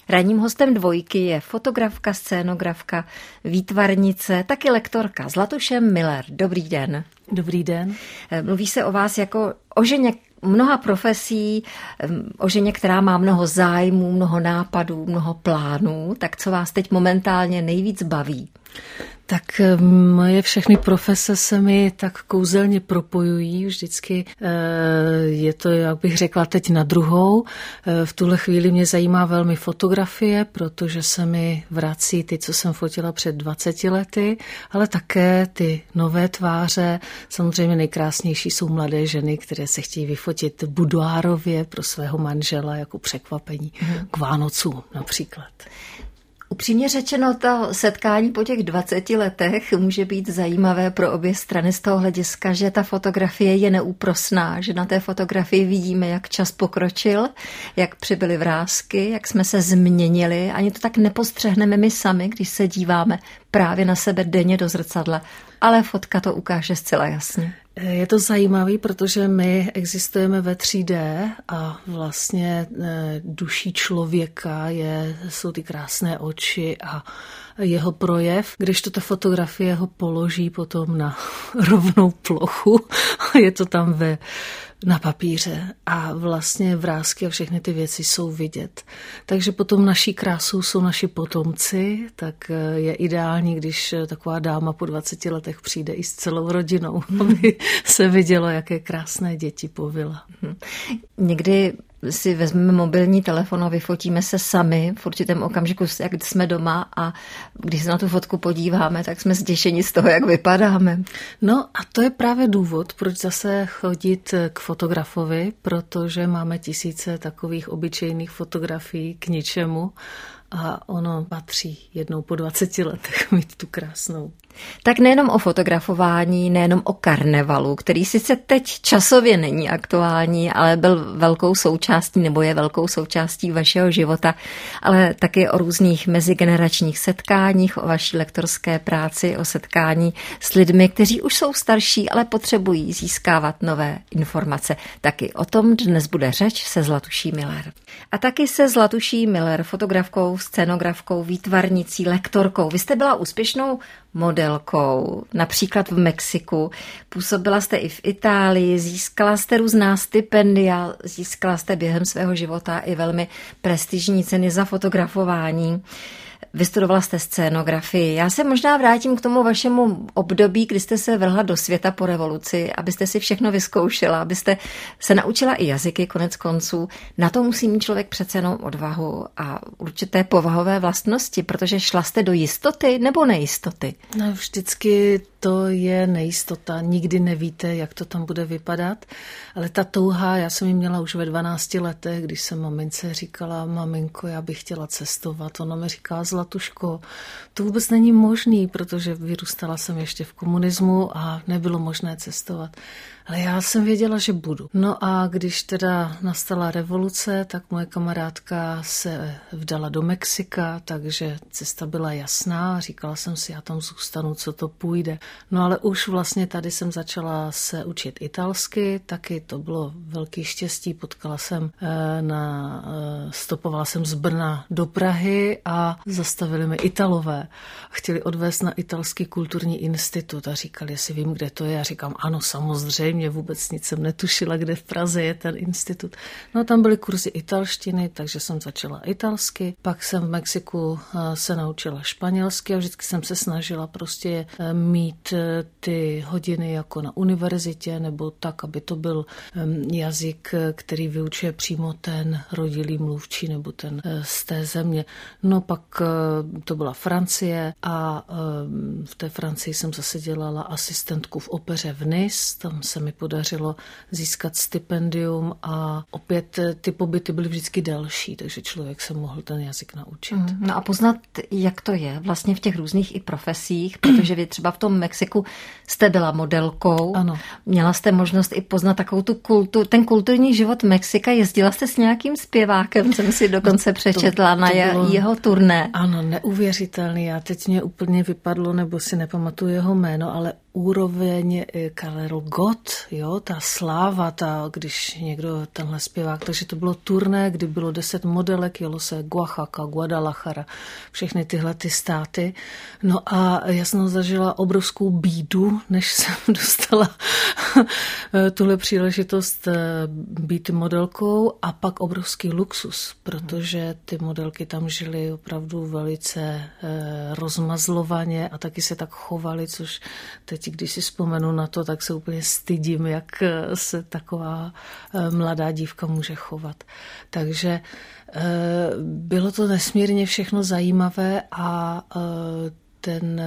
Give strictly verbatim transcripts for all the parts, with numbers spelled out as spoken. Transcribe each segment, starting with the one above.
Ranním hostem dvojky je fotografka, scénografka, výtvarnice, taky lektorka Zlatuše Miller. Dobrý den. Dobrý den. Mluví se o vás jako o ženě mnoha profesí, o ženě, která má mnoho zájmů, mnoho nápadů, mnoho plánů. Tak co vás teď momentálně nejvíc baví? Tak moje všechny profese se mi tak kouzelně propojují. Vždycky je to, jak bych řekla, teď na druhou. V tuhle chvíli mě zajímá velmi fotografie, protože se mi vrací ty, co jsem fotila před dvaceti lety, ale také ty nové tváře. Samozřejmě nejkrásnější jsou mladé ženy, které se chtějí vyfotit buduárově pro svého manžela jako překvapení k Vánocům například. Upřímně řečeno, to setkání po těch dvaceti letech může být zajímavé pro obě strany z toho hlediska, že ta fotografie je neúprosná, že na té fotografii vidíme, jak čas pokročil, jak přibyly vrásky, jak jsme se změnili. Ani to tak nepostřehneme my sami, když se díváme právě na sebe denně do zrcadla, ale fotka to ukáže zcela jasně. Je to zajímavé, protože my existujeme ve tři dé a vlastně duší člověka je, jsou ty krásné oči a jeho projev, když to ta fotografie ho položí potom na rovnou plochu, je to tam ve na papíře a vlastně vrásky a všechny ty věci jsou vidět. Takže potom naší krásou jsou naši potomci, tak je ideální, když taková dáma po dvaceti letech přijde i s celou rodinou, aby se vidělo, jaké krásné děti povila. Někdy si vezmeme mobilní telefon a vyfotíme se sami v určitém okamžiku, jak jsme doma a když se na tu fotku podíváme, tak jsme zděšeni z toho, jak vypadáme. No a to je právě důvod, proč zase chodit k fotografovi, protože máme tisíce takových obyčejných fotografií k ničemu a ono patří jednou po dvaceti letech mít tu krásnou. Tak nejenom o fotografování, nejenom o karnevalu, který sice teď časově není aktuální, ale byl velkou součástí nebo je velkou součástí vašeho života, ale taky o různých mezigeneračních setkáních, o vaší lektorské práci, o setkání s lidmi, kteří už jsou starší, ale potřebují získávat nové informace. Taky o tom dnes bude řeč se Zlatuší Miller. A taky se Zlatuší Miller, fotografkou, scénografkou, výtvarnicí, lektorkou. Vy jste byla úspěšnou modelkou, například v Mexiku. Působila jste i v Itálii, získala jste různá stipendia, získala jste během svého života i velmi prestižní ceny za fotografování. Vystudovala jste scénografii. Já se možná vrátím k tomu vašemu období, kdy jste se vrhla do světa po revoluci, abyste si všechno vyzkoušela, abyste se naučila i jazyky konec konců. Na to musí mít člověk přece jenom odvahu a určité povahové vlastnosti, protože šla jste do jistoty nebo nejistoty? No, vždycky to je nejistota. Nikdy nevíte, jak to tam bude vypadat, ale ta touha, já jsem ji měla už ve dvanácti letech, když jsem mamince říkala, maminko, já bych chtěla cestovat. Ona mi říká, Zlatuško, to vůbec není možný, protože vyrůstala jsem ještě v komunismu a nebylo možné cestovat. Ale já jsem věděla, že budu. No a když teda nastala revoluce, tak moje kamarádka se vdala do Mexika, takže cesta byla jasná. Říkala jsem si, já tam zůstanu, co to půjde. No ale už vlastně tady jsem začala se učit italsky, taky to bylo velký štěstí. Potkala jsem na, stopovala jsem z Brna do Prahy a zastavili mi Italové. Chtěli odvést na italský kulturní institut a říkali, jestli vím, kde to je. A říkám, ano, samozřejmě. Mě vůbec nic jsem netušila, kde v Praze je ten institut. No tam byly kurzy italštiny, takže jsem začala italsky. Pak jsem v Mexiku se naučila španělsky a vždycky jsem se snažila prostě mít ty hodiny jako na univerzitě nebo tak, aby to byl jazyk, který vyučuje přímo ten rodilý mluvčí nebo ten z té země. No pak to byla Francie a v té Francii jsem zase dělala asistentku v opeře v Nice, tam se mi podařilo získat stipendium a opět ty pobyty byly vždycky delší, takže člověk se mohl ten jazyk naučit. Mm, no a poznat, jak to je vlastně v těch různých i profesích, protože vy třeba v tom Mexiku jste byla modelkou. Ano. Měla jste možnost i poznat takovou tu kultu, ten kulturní život Mexika. Jezdila jste s nějakým zpěvákem, jsem si dokonce přečetla to, to na bylo, jeho turné. Ano, neuvěřitelný. Já teď mě úplně vypadlo, nebo si nepamatuju jeho jméno, ale úroveň Karel Gott, jo, ta sláva, ta, když někdo tenhle zpěvák, takže to bylo turné, kdy bylo deset modelek, jelo se Oaxaca, Guadalajara, všechny tyhle ty státy. No a já jsem zažila obrovskou bídu, než jsem dostala tuhle příležitost být modelkou a pak obrovský luxus, protože ty modelky tam žily opravdu velice rozmazlovaně a taky se tak chovali, což teď, když si vzpomenu na to, tak se úplně stydím, jak se taková mladá dívka může chovat. Takže bylo to nesmírně všechno zajímavé a ten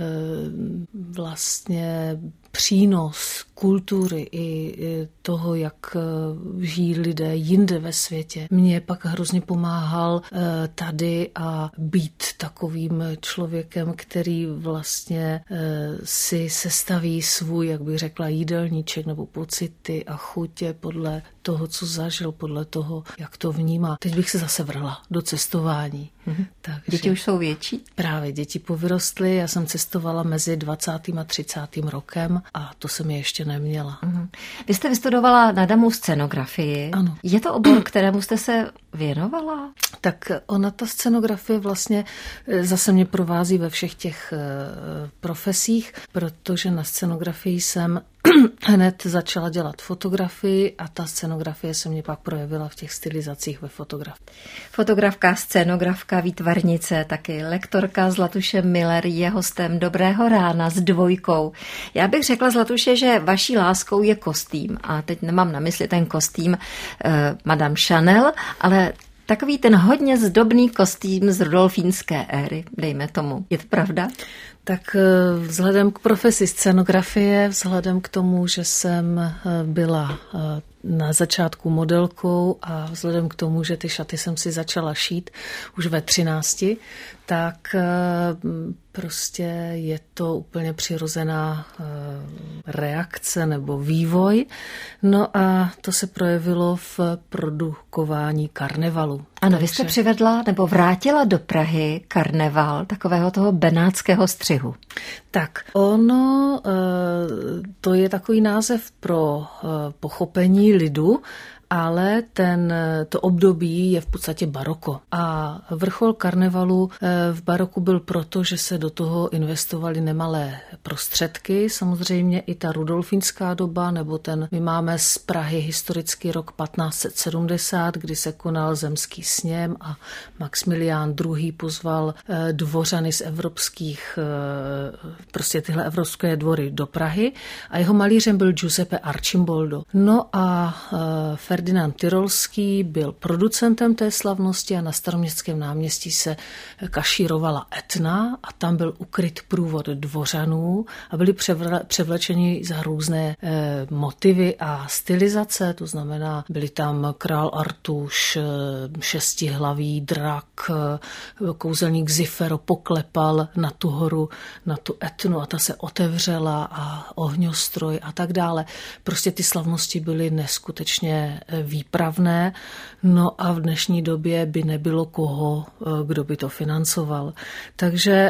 vlastně přínos kultury i toho, jak žijí lidé jinde ve světě, mě pak hrozně pomáhal tady a být takovým člověkem, který vlastně si sestaví svůj, jak bych řekla, jídelníček nebo pocity a chutě podle toho, co zažil, podle toho, jak to vnímá. Teď bych se zase vrhla do cestování. Mhm. Takže děti už jsou větší? Právě, děti povyrostly. Já jsem cestovala mezi dvacátým a třicátým rokem a to jsem je ještě neměla. Mhm. Vy jste vystudovala na damu scenografii. Ano. Je to obor, kterému jste se věnovala? Tak ona, ta scenografie vlastně zase mě provází ve všech těch profesích, protože na scenografii jsem hned začala dělat fotografii a ta scenografie se mě pak projevila v těch stylizacích ve fotografii. Fotografka, scénografka, výtvarnice, taky lektorka Zlatuše Miller je hostem Dobrého rána s dvojkou. Já bych řekla, Zlatuše, že vaší láskou je kostým a teď nemám na mysli ten kostým eh, Madame Chanel, ale takový ten hodně zdobný kostým z rudolfínské éry, dejme tomu. Je to pravda? Tak vzhledem k profesi scenografie, vzhledem k tomu, že jsem byla na začátku modelkou a vzhledem k tomu, že ty šaty jsem si začala šít už ve třinácti, tak prostě je to úplně přirozená reakce nebo vývoj. No a to se projevilo v produkování karnevalu. Ano, vy jste přivedla nebo vrátila do Prahy karneval takového toho benátského střihu. Tak, ono, to je takový název pro pochopení lidu, ale ten, to období je v podstatě baroko. A vrchol karnevalu v baroku byl proto, že se do toho investovaly nemalé prostředky. Samozřejmě i ta rudolfínská doba, nebo ten, my máme z Prahy historický rok patnáct set sedmdesát, kdy se konal zemský sněm a Maxmilián druhý. pozval dvořany z evropských, prostě tyhle evropské dvory do Prahy a jeho malířem byl Giuseppe Arcimboldo. No a Ferdinand Tyrolský byl producentem té slavnosti a na Staroměstském náměstí se kašírovala Etna a tam byl ukryt průvod dvořanů a byli převlečeni za různé eh, motivy a stylizace, to znamená, byli tam král Artuš, šestihlavý drak, kouzelník Zifero poklepal na tu horu, na tu Etnu a ta se otevřela a ohňostroj a tak dále. Prostě ty slavnosti byly neskutečně výpravné, no a v dnešní době by nebylo koho, kdo by to financoval. Takže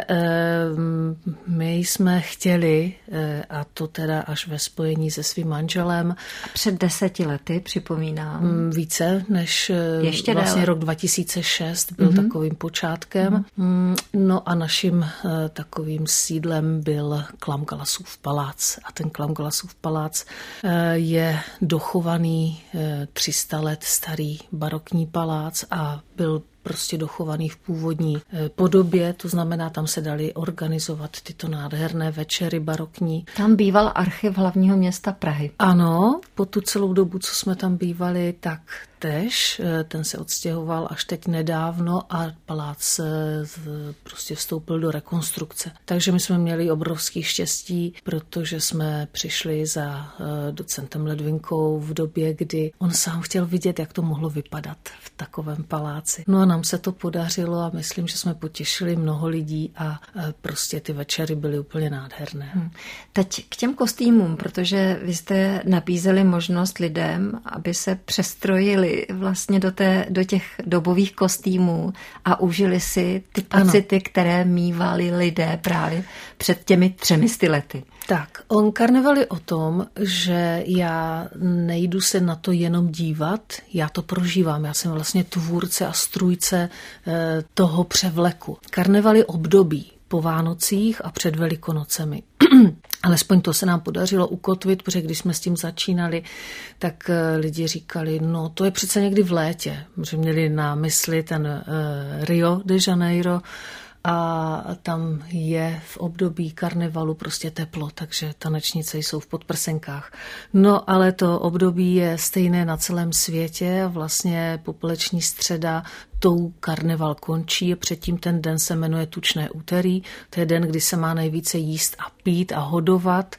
my jsme chtěli, a to teda až ve spojení se svým manželem. A před deseti lety, připomínám. Více než Ještě vlastně déle. rok dva tisíce šest byl mm-hmm. takovým počátkem. Mm-hmm. No a naším takovým sídlem byl Klamgalasův palác. A ten Klamgalasův palác je dochovaný tři sta let starý barokní palác a byl prostě dochovaný v původní podobě, to znamená, tam se daly organizovat tyto nádherné večery barokní. Tam býval archiv hlavního města Prahy. Ano, po tu celou dobu, co jsme tam bývali, tak tež, ten se odstěhoval až teď nedávno a palác prostě vstoupil do rekonstrukce. Takže my jsme měli obrovský štěstí, protože jsme přišli za docentem Ledvinkou v době, kdy on sám chtěl vidět, jak to mohlo vypadat v takovém paláci. No a nám se to podařilo a myslím, že jsme potěšili mnoho lidí a prostě ty večery byly úplně nádherné. Hmm. Teď k těm kostýmům, protože vy jste nabízeli možnost lidem, aby se přestrojili vstoupili vlastně do, té, do těch dobových kostýmů a užili si ty pocity, ano. které mívali lidé právě před těmi třemi sty lety. Tak, on karneval je o tom, že já nejdu se na to jenom dívat, já to prožívám. Já jsem vlastně tvůrce a strůjce toho převleku. Karneval je období po Vánocích a před Velikonocemi. Alespoň to se nám podařilo ukotvit, protože když jsme s tím začínali, tak lidi říkali, no to je přece někdy v létě, protože měli na mysli ten uh, Rio de Janeiro, a tam je v období karnevalu prostě teplo, takže tanečnice jsou v podprsenkách. No ale to období je stejné na celém světě a vlastně popeleční středa tou karneval končí a předtím ten den se jmenuje Tučné úterý. To je den, kdy se má nejvíce jíst a pít a hodovat,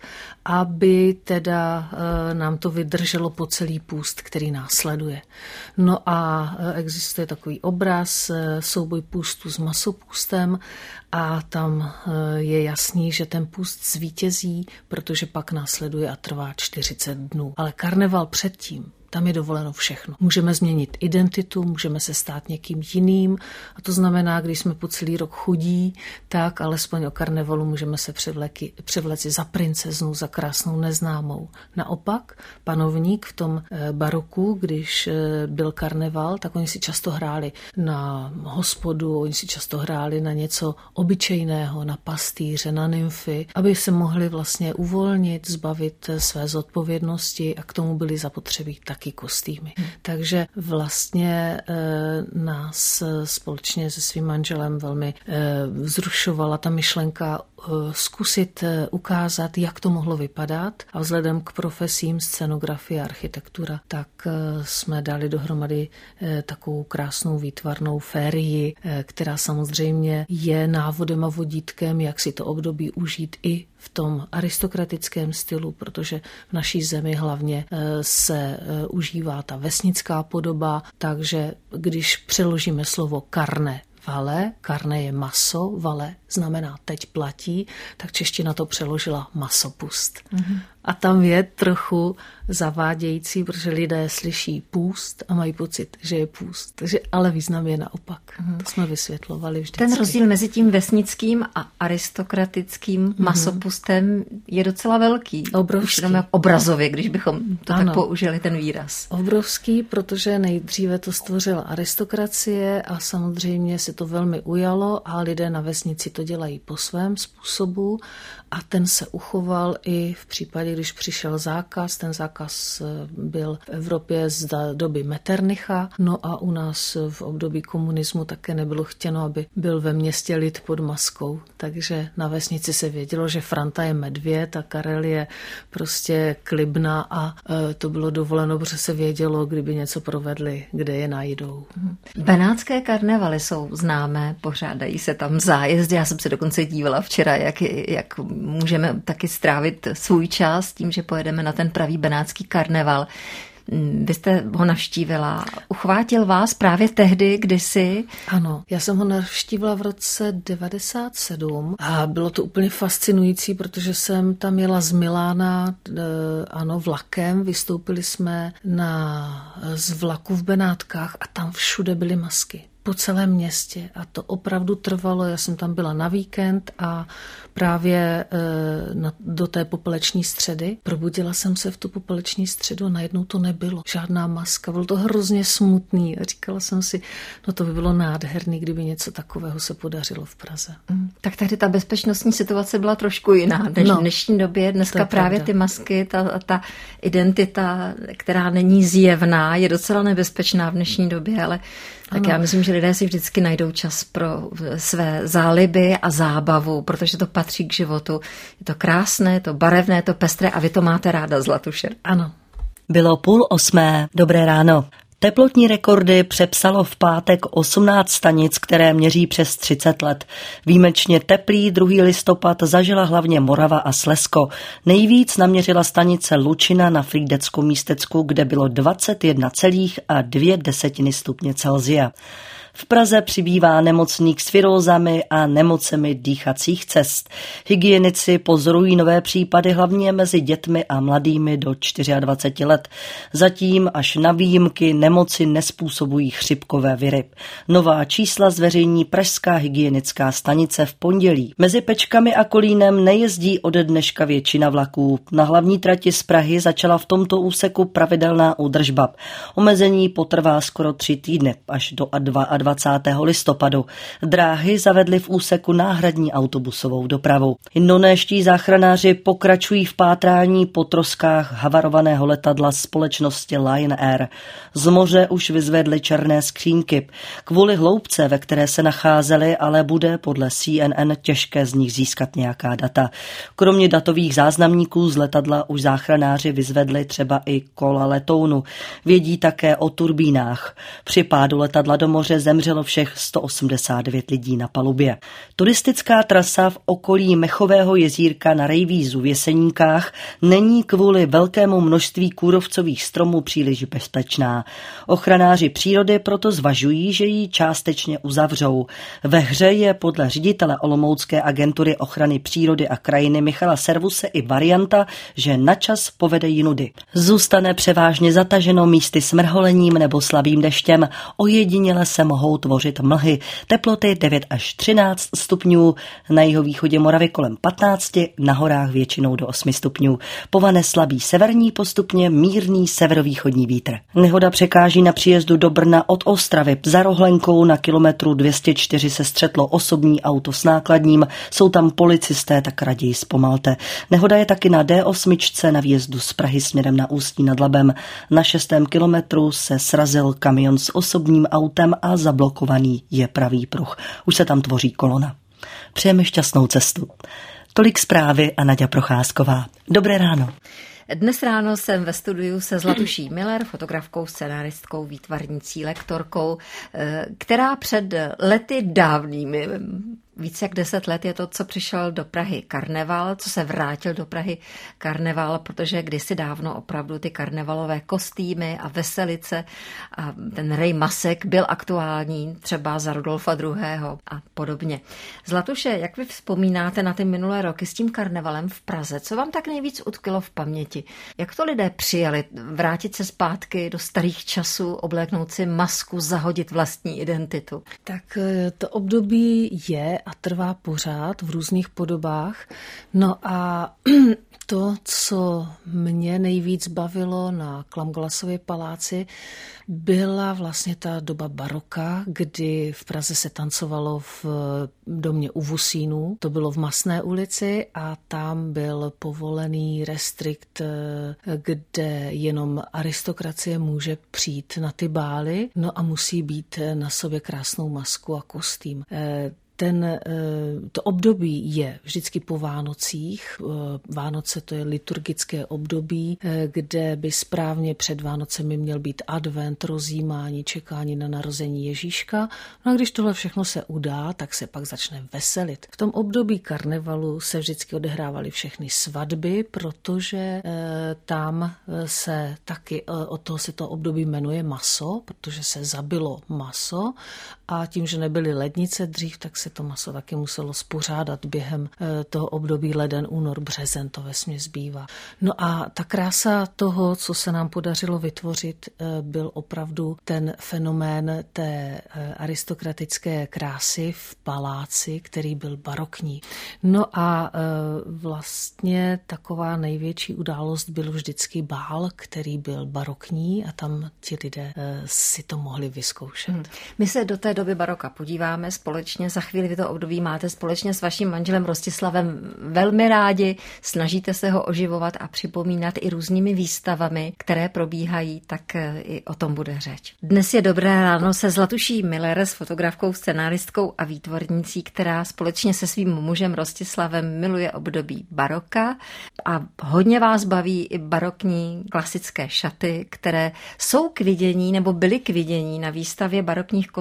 aby teda e, nám to vydrželo po celý půst, který následuje. No a e, existuje takový obraz, e, souboj půstu s masopůstem a tam e, je jasný, že ten půst zvítězí, protože pak následuje a trvá čtyřicet dnů. Ale karneval předtím, tam je dovoleno všechno. Můžeme změnit identitu, můžeme se stát někým jiným a to znamená, když jsme po celý rok chudí, tak alespoň o karnevalu můžeme se převléci za princeznu, za krásnou neznámou. Naopak, panovník v tom baroku, když byl karneval, tak oni si často hráli na hospodu, oni si často hráli na něco obyčejného, na pastýře, na nymfy, aby se mohli vlastně uvolnit, zbavit své zodpovědnosti a k tomu byli zapotřebí taky kostýmy. Hmm. Takže vlastně e, nás společně se svým manželem velmi e, vzrušovala ta myšlenka e, zkusit e, ukázat, jak to mohlo vypadat a vzhledem k profesím scenografie a architektura, tak e, jsme dali dohromady e, takovou krásnou výtvarnou férii, e, která samozřejmě je návodem a vodítkem, jak si to období užít i v tom aristokratickém stylu, protože v naší zemi hlavně se užívá ta vesnická podoba, takže když přeložíme slovo karne, vale, karne je maso, vale znamená teď platí, tak čeština to přeložila masopust. Mm-hmm. A tam je trochu zavádějící, protože lidé slyší půst a mají pocit, že je půst. Takže ale význam je naopak. Mm-hmm. To jsme vysvětlovali vždycky. Ten rozdíl mezi tím vesnickým a aristokratickým mm-hmm. masopustem je docela velký. Obrovský. Už obrazově, když bychom to ano. tak použili, ten výraz. Obrovský, protože nejdříve to stvořila aristokracie a samozřejmě se to velmi ujalo a lidé na vesnici to dělají po svém způsobu a ten se uchoval i v případě, když přišel zákaz. Ten zákaz byl v Evropě z doby Metternicha, no a u nás v období komunismu také nebylo chtěno, aby byl ve městě lid pod maskou. Takže na vesnici se vědělo, že Franta je medvěd a Karel je prostě klibna a e, to bylo dovoleno, protože se vědělo, kdyby něco provedli, kde je najdou. Benátské karnevaly jsou známé, pořádají se tam zájezdy. Já jsem se dokonce dívala včera, jak, jak můžeme taky strávit svůj čas tím, že pojedeme na ten pravý benátský karneval. Vy jste ho navštívila. Uchvátil vás právě tehdy, kdysi? Ano, já jsem ho navštívila v roce devadesát sedm a bylo to úplně fascinující, protože jsem tam jela z Milána, ano, vlakem. Vystoupili jsme na, z vlaku v Benátkách a tam všude byly masky. Po celém městě a to opravdu trvalo. Já jsem tam byla na víkend a právě e, na, do té popeleční středy. Probudila jsem se v tu popeleční středu a najednou to nebylo. Žádná maska. Bylo to hrozně smutný. A říkala jsem si, no to by bylo nádherný, kdyby něco takového se podařilo v Praze. Mm, tak tady ta bezpečnostní situace byla trošku jiná. Než no, v dnešní době dneska právě pravda. Ty masky, ta, ta identita, která není zjevná, je docela nebezpečná v dnešní době, ale tak ano. Já myslím, že lidé si vždycky najdou čas pro své záliby a zábavu, protože to patří k životu. Je to krásné, je to barevné, je to pestré a vy to máte ráda, Zlatušer. Ano. Bylo půl osmé. Dobré ráno. Teplotní rekordy přepsalo v pátek osmnáct stanic, které měří přes třicet let. Výjimečně teplý druhý listopad zažila hlavně Morava a Slezsko. Nejvíc naměřila stanice Lučina na Frýdecku místecku, kde bylo dvacet jedna celá dva stupně Celsia. V Praze přibývá nemocných s virózami a nemocemi dýchacích cest. Hygienici pozorují nové případy hlavně mezi dětmi a mladými do dvacet čtyři let. Zatím až na výjimky nemoci nezpůsobují chřipkové viry. Nová čísla zveřejní Pražská hygienická stanice v pondělí. Mezi Pečkami a Kolínem nejezdí ode dneška většina vlaků. Na hlavní trati z Prahy začala v tomto úseku pravidelná údržba. Omezení potrvá skoro tři týdny, až do dvacátého druhého listopadu. Dráhy zavedly v úseku náhradní autobusovou dopravu. Indonéští záchranáři pokračují v pátrání po troskách havarovaného letadla společnosti Lion Air. Z moře už vyzvedli černé skřínky. Kvůli hloubce, ve které se nacházely, ale bude podle C N N těžké z nich získat nějaká data. Kromě datových záznamníků z letadla už záchranáři vyzvedli třeba i kola letounu. Vědí také o turbínách. Při pádu letadla do moře zemřelo všech sto osmdesát devět lidí na palubě. Turistická trasa v okolí Mechového jezírka na Rejvízu v Jeseníkách není kvůli velkému množství kůrovcových stromů příliš bezpečná. Ochranáři přírody proto zvažují, že ji částečně uzavřou. Ve hře je podle ředitele Olomoucké agentury ochrany přírody a krajiny Michala Servuse i varianta, že načas povede jinudy. Zůstane převážně zataženo místy smrholením nebo slabým deštěm, ojediněle se mohou tvořit mlhy. Teploty devět až třináct stupňů, na jihovýchodě Moravy kolem patnáct, na horách většinou do osmi stupňů. Povane slabý severní, postupně mírný severovýchodní vítr. Nehoda překáží na příjezdu do Brna od Ostravy. Za Rohlenkou na kilometru dvě stě čtyři se střetlo osobní auto s nákladním. Jsou tam policisté, tak raději zpomalte. Nehoda je taky na D osm na výjezdu z Prahy směrem na Ústí nad Labem. Na šestém kilometru se srazil kamion s osobním autem a zablokovaný je pravý pruh. Už se tam tvoří kolona. Přejeme šťastnou cestu. Tolik zprávy a Naďa Procházková. Dobré ráno. Dnes ráno jsem ve studiu se Zlatuší Miller, fotografkou, scenáristkou, výtvarnicí, lektorkou, která před lety dávnými, více jak deset let je to, co přišel do Prahy karneval, co se vrátil do Prahy karneval, protože kdysi dávno opravdu ty karnevalové kostýmy a veselice a ten rej masek byl aktuální třeba za Rudolfa druhého. a podobně. Zlatuše, jak vy vzpomínáte na ty minulé roky s tím karnevalem v Praze? Co vám tak nejvíc utkvělo v paměti? Jak to lidé přijali? Vrátit se zpátky do starých časů, obléknout si masku, zahodit vlastní identitu? Tak to období je a trvá pořád v různých podobách. No a to, co mě nejvíc bavilo na Klamgolasově paláci, byla vlastně ta doba baroka, kdy v Praze se tancovalo v domě u Vusínů. To bylo v Masné ulici a tam byl povolený restrikt, kde jenom aristokracie může přijít na ty bály, no a musí být na sobě krásnou masku a kostým. Ten, to období je vždycky po Vánocích. Vánoce to je liturgické období, kde by správně před Vánocemi měl být advent, rozjímání, čekání na narození Ježíška. No a když tohle všechno se udá, tak se pak začne veselit. V tom období karnevalu se vždycky odehrávaly všechny svatby, protože tam se taky, od toho se to období jmenuje maso, protože se zabilo maso a tím, že nebyly lednice dřív, tak se to maso taky muselo spořádat během toho období leden, únor, březen, to vesměs bývá. No a ta krása toho, co se nám podařilo vytvořit, byl opravdu ten fenomén té aristokratické krásy v paláci, který byl barokní. No a vlastně taková největší událost byl vždycky bál, který byl barokní a tam ti lidé si to mohli vyzkoušet. Hmm. My se do té doby baroka podíváme společně. Za chvíli vy to období máte společně s vaším manželem Rostislavem velmi rádi. Snažíte se ho oživovat a připomínat i různými výstavami, které probíhají, tak i o tom bude řeč. Dnes je dobré ráno se Zlatuší Miller, s fotografkou, scenáristkou a výtvarnicí, která společně se svým mužem Rostislavem miluje období baroka a hodně vás baví i barokní klasické šaty, které jsou k vidění nebo byly k vidění na výstavě barokních kostýmů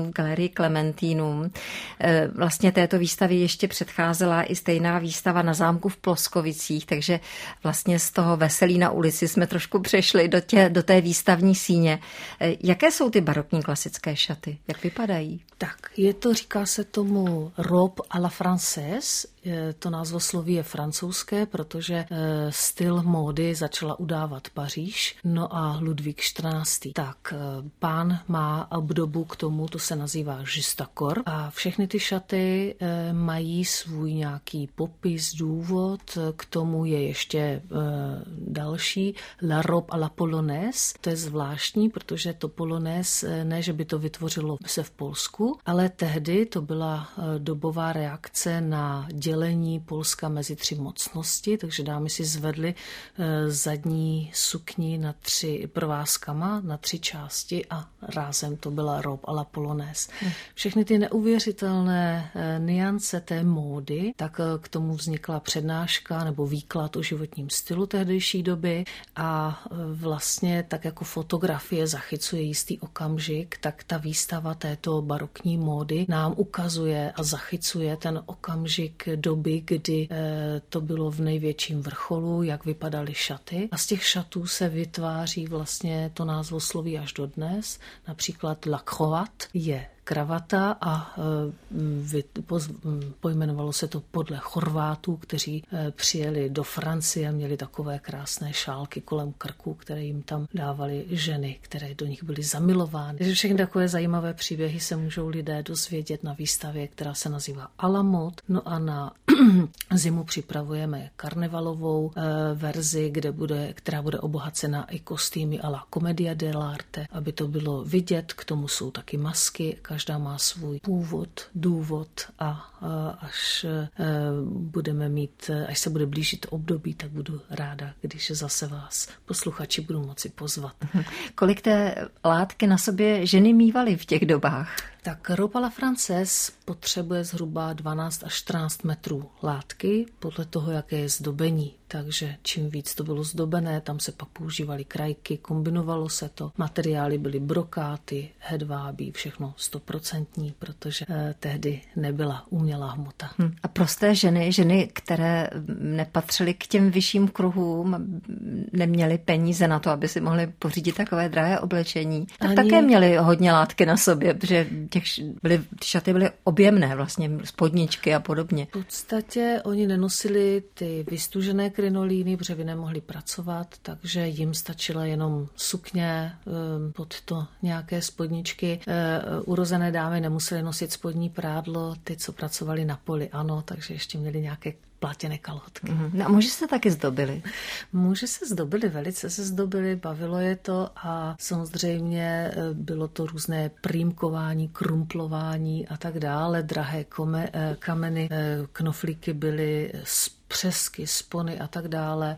v galerii Klementínum. Vlastně této výstavě ještě předcházela i stejná výstava na zámku v Ploskovicích, takže vlastně z toho veselí na ulici jsme trošku přešli do, tě, do té výstavní síně. Jaké jsou ty barokní klasické šaty? Jak vypadají? Tak, je to, říká se tomu robe à la française. To názvosloví je francouzské, protože styl módy začala udávat Paříž. No a Ludvík čtrnáctý. Tak, pán má obdobu k tomu, to se nazývá justacor. A všechny ty šaty mají svůj nějaký popis, důvod. K tomu je ještě další. La robe à la polonaise. To je zvláštní, protože to polonaise, ne, že by to vytvořilo se v Polsku, ale tehdy to byla dobová reakce na dělení Polska mezi tři mocnosti, takže dámy si zvedly zadní sukni na tři provázkama, na tři části a rázem to byla robe à la polonaise. Všechny ty neuvěřitelné niance té módy, tak k tomu vznikla přednáška nebo výklad o životním stylu tehdejší doby a vlastně tak jako fotografie zachycuje jistý okamžik, tak ta výstava této barokní módy nám ukazuje a zachycuje ten okamžik doby, kdy to bylo v největším vrcholu, jak vypadaly šaty. A z těch šatů se vytváří vlastně to názvosloví až dodnes. Například la cravate je kravata a pojmenovalo se to podle Chorvátů, kteří přijeli do Francie a měli takové krásné šálky kolem krku, které jim tam dávaly ženy, které do nich byly zamilovány. Takže všechny takové zajímavé příběhy se můžou lidé dozvědět na výstavě, která se nazývá à la mode. No a na zimu připravujeme karnevalovou verzi, kde bude, která bude obohacena i kostýmy à la Commedia dell'arte, aby to bylo vidět. K tomu jsou taky masky. Každá má svůj původ, důvod a až budeme mít, až se bude blížit období, tak budu ráda, když zase vás posluchači budou moci pozvat. Kolik té látky na sobě ženy mívaly v těch dobách? Tak robe à la française potřebuje zhruba dvanáct až čtrnáct metrů látky podle toho, jaké je zdobení. Takže čím víc to bylo zdobené, tam se pak používaly krajky, kombinovalo se to. Materiály byly brokáty, hedvábí, všechno stoprocentní, protože eh, tehdy nebyla umělá hmota. Hmm. A prosté ženy, ženy, které nepatřily k těm vyšším kruhům, neměly peníze na to, aby si mohly pořídit takové drahé oblečení, tak Ani... také měly hodně látky na sobě, protože těch byly, ty šaty byly objemné, vlastně spodničky a podobně. V podstatě oni nenosili ty vystužené krinolíny, protože by nemohli pracovat, takže jim stačila jenom sukně pod to nějaké spodničky. Urozené dámy nemusely nosit spodní prádlo, ty, co pracovali na poli, ano, takže ještě měli nějaké plátěné kalhotky. Mm-hmm. No a muži se taky zdobili? Muži se zdobili, velice se zdobili, bavilo je to a samozřejmě bylo to různé prýmkování, krumplování a tak dále. Drahé kome, kameny, knoflíky byly přesky, spony a tak dále.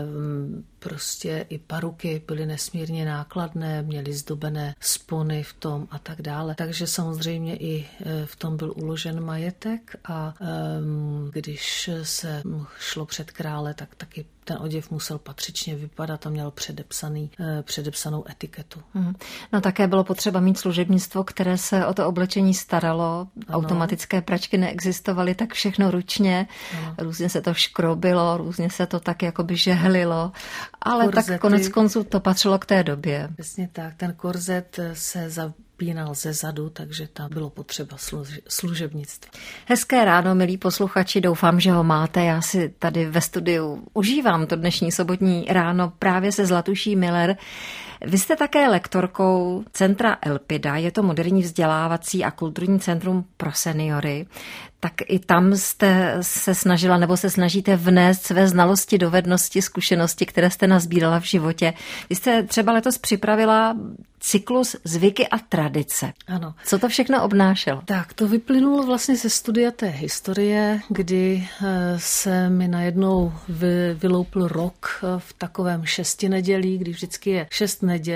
Prostě i paruky byly nesmírně nákladné, měly zdobené spony v tom a tak dále. Takže samozřejmě i v tom byl uložen majetek a když se šlo před krále, tak taky ten oděv musel patřičně vypadat a měl předepsaný, předepsanou etiketu. No také bylo potřeba mít služebnictvo, které se o to oblečení staralo. Ano. Automatické pračky neexistovaly, tak všechno ručně. Ano. Různě se to škrobilo, různě se to tak jakoby žehlilo. Ale korzety, tak konec konců to patřilo k té době. Přesně tak. Ten korzet se za pínal ze zadu, takže tam bylo potřeba služ- služebnictví. Hezké ráno, milí posluchači, doufám, že ho máte. Já si tady ve studiu užívám to dnešní sobotní ráno právě se Zlatuší Miller. Vy jste také lektorkou Centra Elpida, je to moderní vzdělávací a kulturní centrum pro seniory. Tak i tam jste se snažila nebo se snažíte vnést své znalosti, dovednosti, zkušenosti, které jste nazbírala v životě. Vy jste třeba letos připravila cyklus Zvyky a tradice. Ano. Co to všechno obnášelo? Tak to vyplynulo vlastně ze studia té historie, kdy se mi najednou vy, vyloupl rok v takovém šesti nedělí, kdy vždycky je šest neděl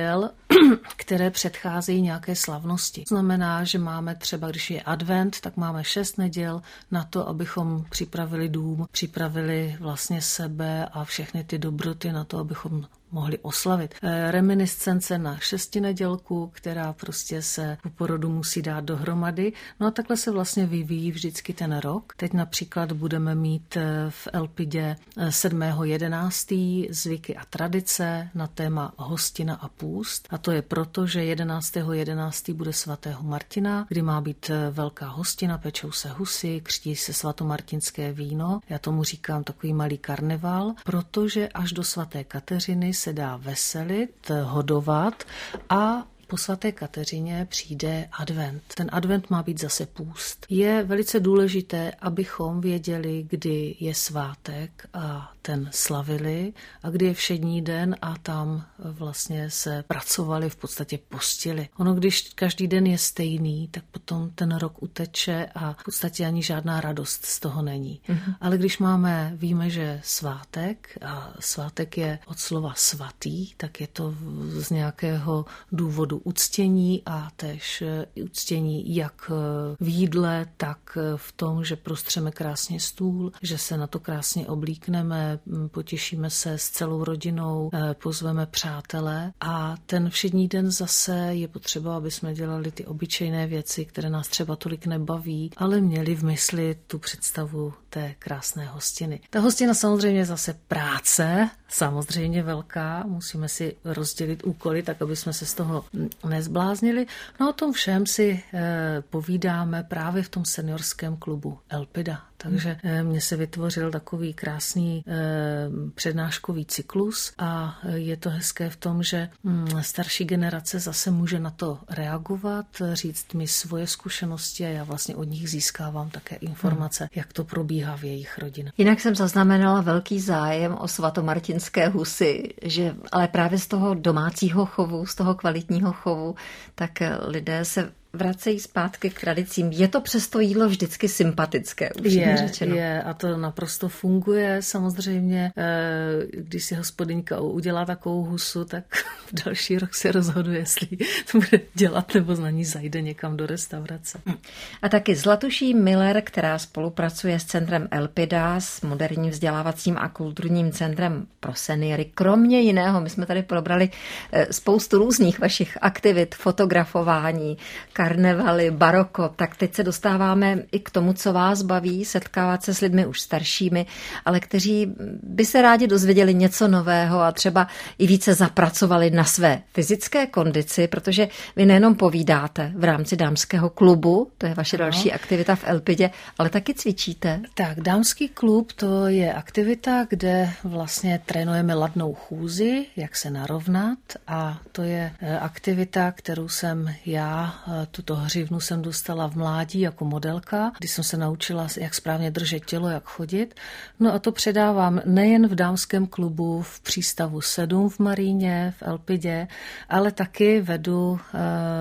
které předcházejí nějaké slavnosti. To znamená, že máme třeba, když je advent, tak máme šest neděl na to, abychom připravili dům, připravili vlastně sebe a všechny ty dobroty na to, abychom mohli oslavit. Reminiscence na šestinedělku, která prostě se po porodu musí dát dohromady. No a takhle se vlastně vyvíjí vždycky ten rok. Teď například budeme mít v Elpidě sedmého jedenáctého zvyky a tradice na téma hostina a půst. A to je proto, že jedenáctého jedenáctého bude svatého Martina, kdy má být velká hostina, pečou se husy, křtí se svatomartinské víno. Já tomu říkám takový malý karneval, protože až do svaté Kateřiny se dá veselit, hodovat a po svaté Kateřině přijde advent. Ten advent má být zase půst. Je velice důležité, abychom věděli, kdy je svátek a ten slavili a kdy je všední den a tam vlastně se pracovali, v podstatě postili. Ono, když každý den je stejný, tak potom ten rok uteče a v podstatě ani žádná radost z toho není. Mm-hmm. Ale když máme, víme, že svátek a svátek je od slova svatý, tak je to z nějakého důvodu uctění a též uctění jak v jídle, tak v tom, že prostřeme krásně stůl, že se na to krásně oblíkneme, potěšíme se s celou rodinou, pozveme přátele a ten všední den zase je potřeba, aby jsme dělali ty obyčejné věci, které nás třeba tolik nebaví, ale měli v mysli tu představu té krásné hostiny. Ta hostina samozřejmě zase práce, samozřejmě velká, musíme si rozdělit úkoly, tak aby jsme se z toho nezbláznili. No o tom všem si eh, povídáme právě v tom seniorském klubu Elpida. Takže eh, mně se vytvořil takový krásný eh, přednáškový cyklus a je to hezké v tom, že hm, starší generace zase může na to reagovat, říct mi svoje zkušenosti a já vlastně od nich získávám také informace, hmm. jak to probíhá v jejich rodinách. Jinak jsem zaznamenala velký zájem o svatomartinské husy, že ale právě z toho domácího chovu, z toho kvalitního chovu, tak lidé se vracejí zpátky k tradicím. Je to přesto jídlo vždycky sympatické, upřímně řečeno. Je a to naprosto funguje. Samozřejmě, když si hospodyňka udělá takovou husu, tak v další rok se rozhoduje, jestli to bude dělat nebo na ní zajde někam do restaurace. A taky Zlatuší Miller, která spolupracuje s centrem Elpida, s moderním vzdělávacím a kulturním centrem pro seniory. Kromě jiného, my jsme tady probrali spoustu různých vašich aktivit, fotografování, karnevaly, baroko, tak teď se dostáváme i k tomu, co vás baví, setkávat se s lidmi už staršími, ale kteří by se rádi dozvěděli něco nového a třeba i více zapracovali na své fyzické kondici, protože vy nejenom povídáte v rámci dámského klubu, to je vaše ano. další aktivita v Elpidě, ale taky cvičíte. Tak, dámský klub to je aktivita, kde vlastně trénujeme ladnou chůzi, jak se narovnat a to je aktivita, kterou jsem já tuto hřivnu jsem dostala v mládí jako modelka, kdy jsem se naučila, jak správně držet tělo, jak chodit. No a to předávám nejen v dámském klubu v přístavu sedm v Maríně, v Elpidě, ale taky vedu uh,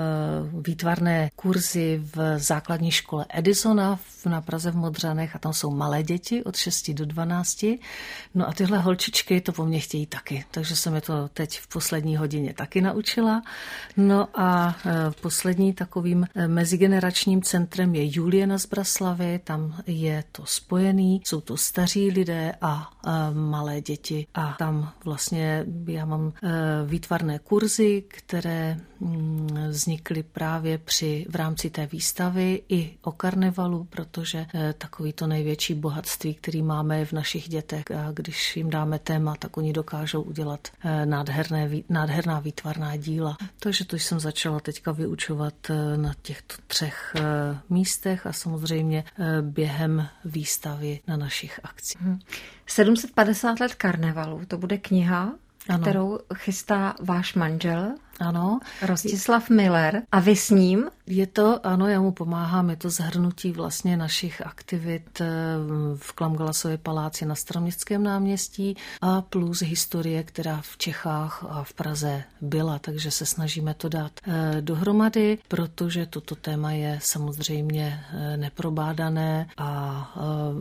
výtvarné kurzy v základní škole Edisona na Praze v Modřanech a tam jsou malé děti od šesti do dvanácti. No a tyhle holčičky to po mně chtějí taky, takže jsem je to teď v poslední hodině taky naučila. No a uh, poslední takovým mezigeneračním centrem je Julie na Zbraslavy, tam je to spojený, jsou to staří lidé a, a malé děti a tam vlastně já mám e, výtvarné kurzy, které mm, vznikly právě při v rámci té výstavy i o karnevalu, protože e, takový to největší bohatství, který máme v našich dětech a když jim dáme téma, tak oni dokážou udělat e, nádherné, nádherná výtvarná díla. Takže to jsem začala teďka vyučovat na těchto třech místech a samozřejmě během výstavy na našich akcích. sedm set padesát let karnevalu, to bude kniha, ano. kterou chystá váš manžel. Ano. Rostislav Miller. A vy s ním? Je to, ano, já mu pomáhám, je to shrnutí vlastně našich aktivit v Klamgalasově paláci na Staroměstském náměstí a plus historie, která v Čechách a v Praze byla, takže se snažíme to dát dohromady, protože toto téma je samozřejmě neprobádané a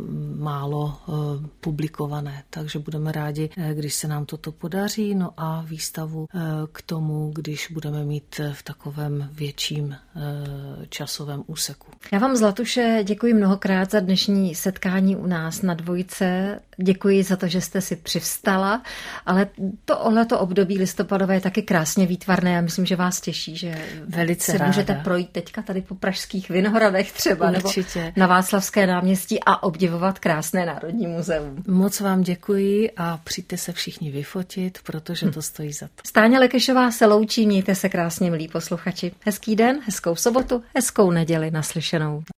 málo publikované, takže budeme rádi, když se nám toto podaří, no a výstavu k tomu, kdy když budeme mít v takovém větším časovém úseku. Já vám, Zlatuše, děkuji mnohokrát za dnešní setkání u nás na Dvojce. Děkuji za to, že jste si přivstala, ale tohleto období listopadové je taky krásně výtvarné. Já myslím, že vás těší, že velice si ráda. Můžete projít teďka tady po pražských Vinohradech třeba, Určitě. Nebo na Václavské náměstí a obdivovat krásné Národní muzeum. Moc vám děkuji a přijďte se všichni vyfotit, protože to stojí za to. Stáňa Lekešová se loučí, mějte se krásně, milí posluchači. Hezký den, hezkou sobotu, hezkou neděli, naslyšenou.